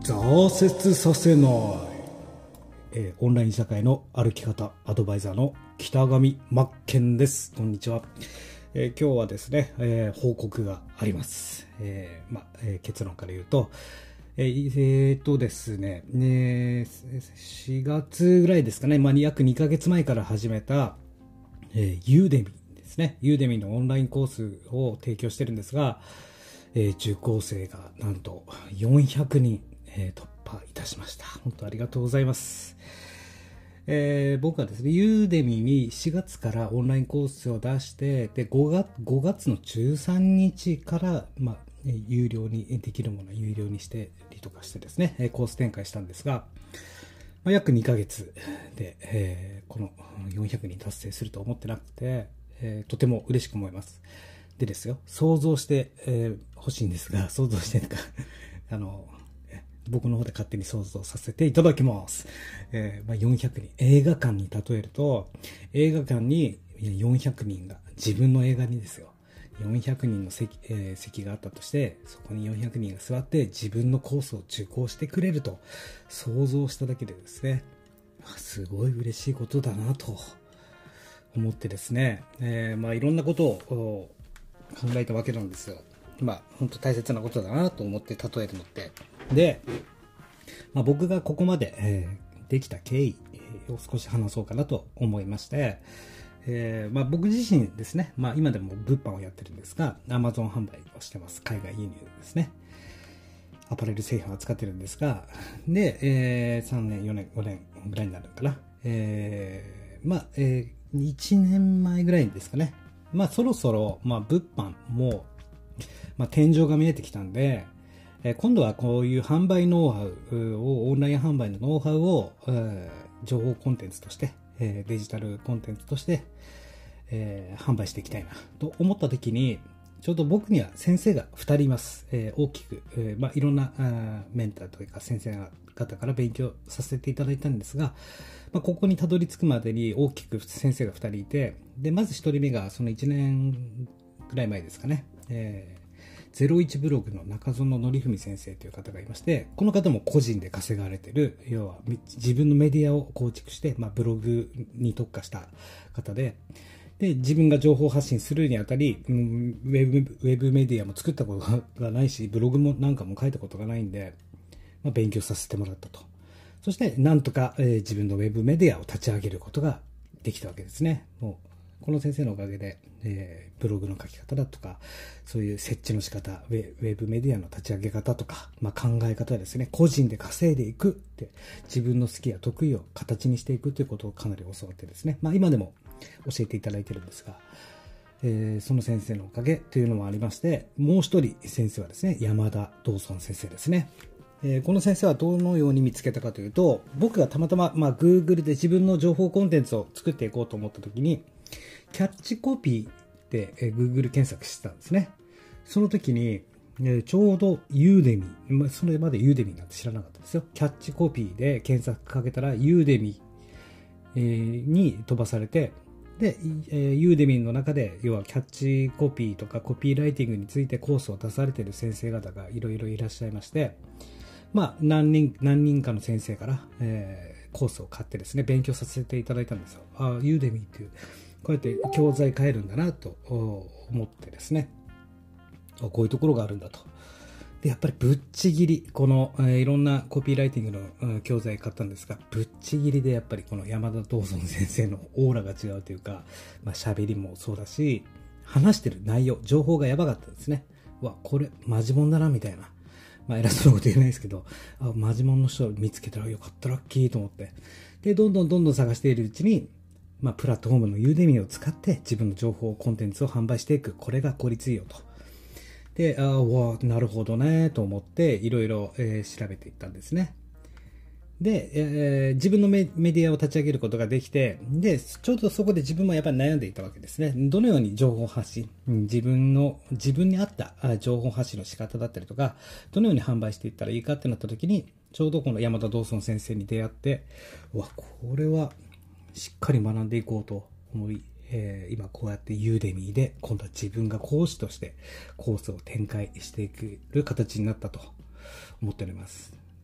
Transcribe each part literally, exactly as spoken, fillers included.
挫折させない、えー、オンライン社会の歩き方アドバイザーの北上真剣です。こんにちは。えー、今日はですね、えー、報告があります。えーまえー、結論から言うと、えーえー、っとですね、ねしがつぐらいですかね、まあ、約にかげつまえから始めた、えー、ユーデミですね。ユーデミのオンラインコースを提供してるんですが、えー、受講生がなんとよんひゃくにん、えー、突破いたしました。本当ありがとうございます。えー、僕はですね、ユーデミにしがつからオンラインコースを出して、で、ごがつ、ごがつのじゅうさんにちから、まあ、有料にできるものは有料にしてりとかしてですね、コース展開したんですが、まあ、約にかげつで、えー、このよんひゃくにん達成すると思ってなくて、えー、とても嬉しく思います。でですよ、想像してほ、えー、しいんですが、想像してかあの、僕の方で勝手に想像させていただきます。えーまあ、よんひゃくにん、映画館に例えると、映画館によんひゃくにんが自分の映画にですよ、よんひゃくにんの席、えー、席があったとして、そこによんひゃくにんが座って自分のコースを受講してくれると想像しただけでですね、すごい嬉しいことだなと思ってですね、えーまあ、いろんなことを考えたわけなんですよ。まあ本当大切なことだなと思って例えるのって。で、まあ、僕がここまで、えー、できた経緯を少し話そうかなと思いまして、えーまあ、僕自身ですね、まあ、今でも物販をやってるんですが、Amazon 販売をしてます。海外輸入ですね。アパレル製品を扱ってるんですが、で、えー、さんねん、よねん、ごねんぐらいになるのかな。えー、まあ、えー、いちねんまえぐらいですかね。まあ、そろそろ、まあ、物販も、まあ、天井が見えてきたんで、えー、今度はこういう販売ノウハウを、オンライン販売のノウハウを、えー、情報コンテンツとして、えー、デジタルコンテンツとして、えー、販売していきたいなと思った時に、ちょうど僕には先生がふたりいます。えー、大きく、えーまあ、いろんなあメンターというか先生方から勉強させていただいたんですが、まあ、ここにたどり着くまでに大きく先生がふたりいて、でまずひとりめがそのいちねんぐらい前ですかね、えーゼロイチブログの中園則文先生という方がいまして、この方も個人で稼がれている、要は自分のメディアを構築して、まあ、ブログに特化した方で、で自分が情報発信するにあたり、うん、ウェブ、ウェブメディアも作ったことがないし、ブログもなんかも書いたことがないんで、まあ、勉強させてもらったと。そしてなんとか、えー、自分のウェブメディアを立ち上げることができたわけですね。もうこの先生のおかげで、えー、ブログの書き方だとか、そういう設置の仕方、ウェ、ウェブメディアの立ち上げ方とか、まあ、考え方ですね、個人で稼いでいくって、自分の好きや得意を形にしていくということをかなり教わってですね、まあ、今でも教えていただいてるんですが、えー、その先生のおかげというのもありまして、もう一人先生はですね、山田道尊先生ですね。えー、この先生はどのように見つけたかというと、僕がたまたま、まあ、Google で自分の情報コンテンツを作っていこうと思ったときに、キャッチコピーで、えー、Google 検索してたんですね。その時に、えー、ちょうどユーデミ、まあ、それまでユーデミなんて知らなかったんですよ。キャッチコピーで検索かけたらユーデミ、えー、に飛ばされて、で、えー、ユーデミの中で、要はキャッチコピーとかコピーライティングについてコースを出されている先生方がいろいろいらっしゃいまして、まあ、何人、何人かの先生から、えー、コースを買ってですね、勉強させていただいたんですよ。ああ、ユーデミっていう、こうやって教材買えるんだなと思ってですね、こういうところがあるんだと。で、やっぱりぶっちぎり、この、えー、いろんなコピーライティングの、うん、教材買ったんですが、ぶっちぎりでやっぱりこの山田道尊先生のオーラが違うというか、まあ、喋りもそうだし、話してる内容、情報がやばかったですね。うわ、これ、マジモンだな、みたいな。まあ、偉そうなこと言えないですけど、あ、マジモンの人を見つけたらよかった、ラッキーと思って。で、どんどんどんどん探しているうちに、まあ、プラットフォームのユーデミを使って自分の情報コンテンツを販売していく。これが効率いいよと。で、ああ、わなるほどね、と思って、いろいろ、えー、調べていったんですね。で、えー、自分のメディアを立ち上げることができて、で、ちょうどそこで自分もやっぱり悩んでいたわけですね。どのように情報発信、自分の、自分に合った情報発信の仕方だったりとか、どのように販売していったらいいかってなった時に、ちょうどこの山田道尊先生に出会って、うわ、これはしっかり学んでいこうと思い、えー、今こうやってユーデミーで、今度は自分が講師としてコースを展開していく形になったと思っております。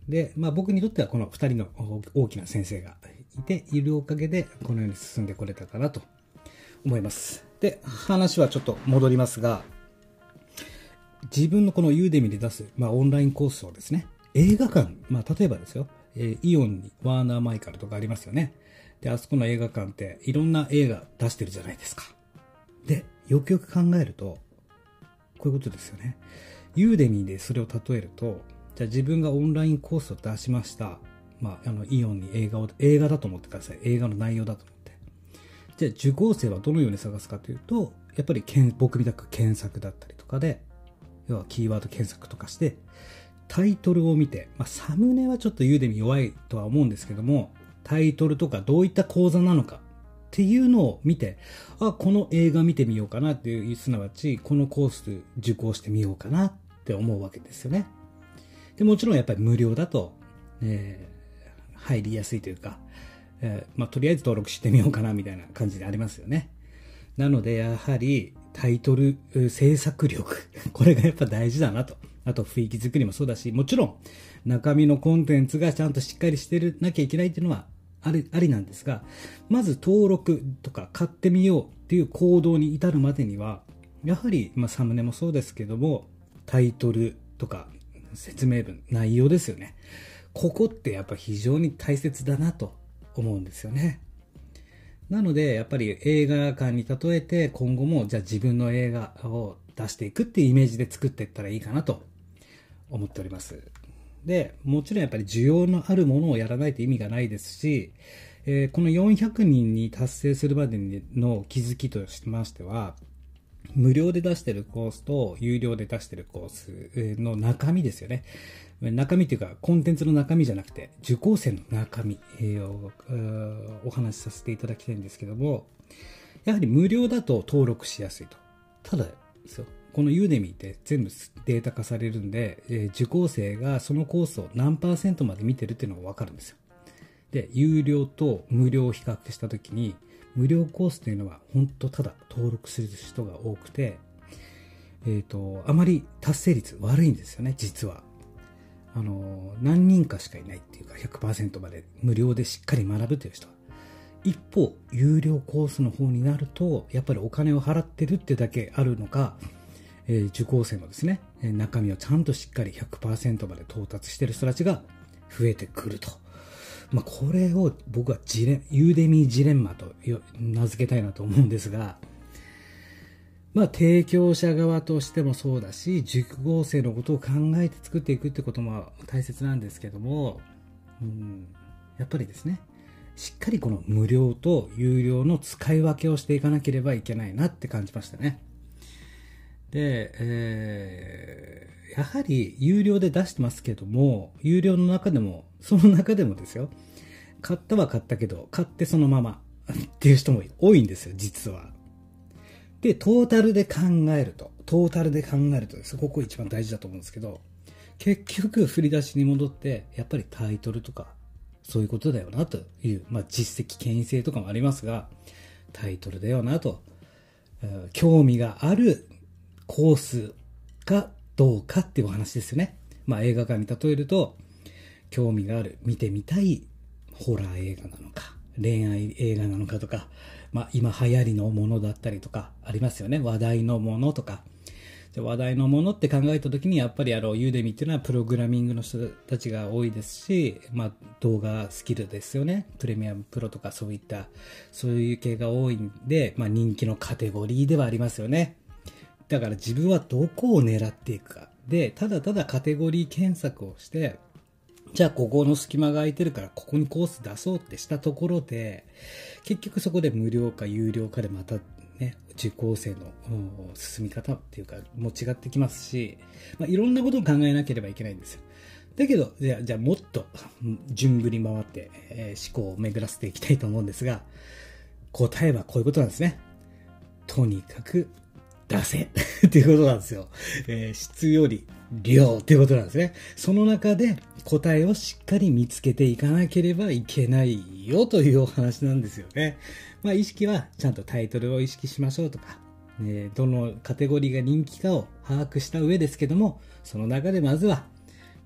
で、まあ僕にとってはこのふたりの大きな先生がいているおかげで、このように進んでこれたかなと思います。で、話はちょっと戻りますが、自分のこのユーデミで出す、まあオンラインコースをですね、映画館、まあ例えばですよ、えー、イオンにワーナーマイカルとかありますよね。で、あそこの映画館っていろんな映画出してるじゃないですか。で、よくよく考えると、こういうことですよね。ユーデミでそれを例えると、じゃあ自分がオンラインコースを出しました。まあ、あの、イオンに映画を、映画だと思ってください。映画の内容だと思って。じゃあ受講生はどのように探すかというと、やっぱりけん僕みたく検索だったりとかで、要はキーワード検索とかして、タイトルを見て、まあ、サムネはちょっとユーデミ弱いとは思うんですけども、タイトルとかどういった講座なのかっていうのを見て、あ、この映画見てみようかなっていう、すなわち、このコース受講してみようかなって思うわけですよね。で、もちろんやっぱり無料だと、えー、入りやすいというか、えー、まあ、とりあえず登録してみようかなみたいな感じでありますよね。なので、やはり、タイトル、制作力、これがやっぱ大事だなと。あと雰囲気作りもそうだし、もちろん中身のコンテンツがちゃんとしっかりしてるなきゃいけないっていうのはあり、ありなんですが、まず登録とか買ってみようっていう行動に至るまでには、やはり、まあ、サムネもそうですけども、タイトルとか説明文、内容ですよね。ここってやっぱ非常に大切だなと思うんですよね。なので、やっぱり映画館に例えて今後もじゃあ自分の映画を出していくっていうイメージで作っていったらいいかなと思っております。で、もちろんやっぱり需要のあるものをやらないと意味がないですし、えー、このよんひゃくにんに達成するまでの気づきとしましては、無料で出してるコースと有料で出してるコースの中身ですよね。中身というかコンテンツの中身じゃなくて受講生の中身をお話しさせていただきたいんですけども、やはり無料だと登録しやすいと。ただですよ、このユーデミって全部データ化されるんで、受講生がそのコースを何パーセントまで見てるっていうのが分かるんですよ。で、有料と無料を比較したときに、無料コースというのは本当ただ登録する人が多くて、えっと、あまり達成率悪いんですよね、実は。あの、何人かしかいないっていうか ひゃくパーセント まで無料でしっかり学ぶという人は。一方、有料コースの方になると、やっぱりお金を払ってるってだけあるのか、えー、受講生もですね、中身をちゃんとしっかり ひゃくパーセント まで到達している人たちが増えてくると。まあ、これを僕はジレ、ユーデミージレンマと名付けたいなと思うんですが、まあ、提供者側としてもそうだし、受講生のことを考えて作っていくってことも大切なんですけども、うん、やっぱりですね、しっかりこの無料と有料の使い分けをしていかなければいけないなって感じましたね。で、えー、やはり有料で出してますけども、有料の中でも、その中でもですよ、買ったは買ったけど、買ってそのままっていう人も多いんですよ、実は。で、トータルで考えると、トータルで考えるとです、ここ一番大事だと思うんですけど、結局振り出しに戻って、やっぱりタイトルとか、そういうことだよなという、まあ実績、権威性とかもありますが、タイトルだよなと、興味があるコースかどうかっていうお話ですよね。まあ映画館に例えると、興味がある、見てみたいホラー映画なのか、恋愛映画なのかとか、まあ今流行りのものだったりとかありますよね。話題のものとか。で話題のものって考えたときにやっぱりあのユーデミっていうのはプログラミングの人たちが多いですし、まあ動画スキルですよね。プレミアムプロとかそういったそういう系が多いんで、まあ人気のカテゴリーではありますよね。だから自分はどこを狙っていくか。で、ただただカテゴリー検索をして、じゃあここの隙間が空いてるからここにコース出そうってしたところで、結局そこで無料か有料かでまたね、受講生の進み方っていうかも違ってきますし、まあ、いろんなことを考えなければいけないんですよ。だけど、じゃあ、じゃあもっと順繰り回って、えー、思考を巡らせていきたいと思うんですが、答えはこういうことなんですね。とにかく出せっていうことなんですよ。えー、質より量っていうことなんですね。その中で答えをしっかり見つけていかなければいけないよというお話なんですよね。まあ意識はちゃんとタイトルを意識しましょうとか、えー、どのカテゴリーが人気かを把握した上ですけども、その中でまずは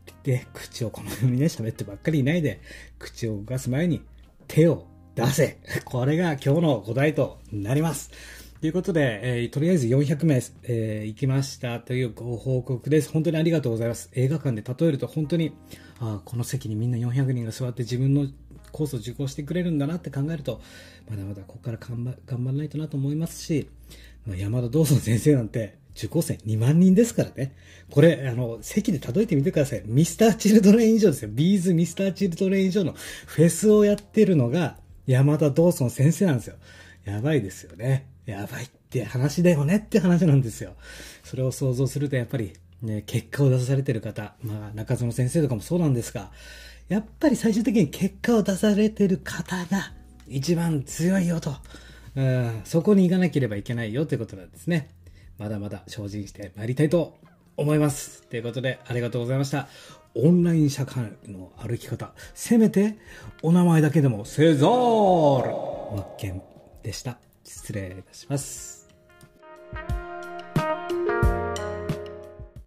で、口をこのようにね、喋ってばっかりいないで、口を動かす前に手を出せ。これが今日の答えとなります。ということで、えー、とりあえずよんひゃくめい、えー、行きましたというご報告です。本当にありがとうございます。映画館で例えると本当に、あこの席にみんなよんひゃくにんが座って自分のコースを受講してくれるんだなって考えると、まだまだここから頑張、頑張らないとなと思いますし、まあ、山田道尊先生なんて受講生にまんにんですからね。これ、あの、席で例えてみてください。ミスターチルドレイン以上ですよ。ビーズミスターチルドレイン以上のフェスをやってるのが山田道尊先生なんですよ。やばいですよね。やばいって話だよねって話なんですよ。それを想像するとやっぱり、ね、結果を出されてる方、まあ中園先生とかもそうなんですが、やっぱり最終的に結果を出されてる方が一番強いよと、うん、そこに行かなければいけないよということなんですね。まだまだ精進してまいりたいと思います。ということでありがとうございました。オンライン社会の歩き方、せめてお名前だけでもセザールマッケンでした。失礼いたします。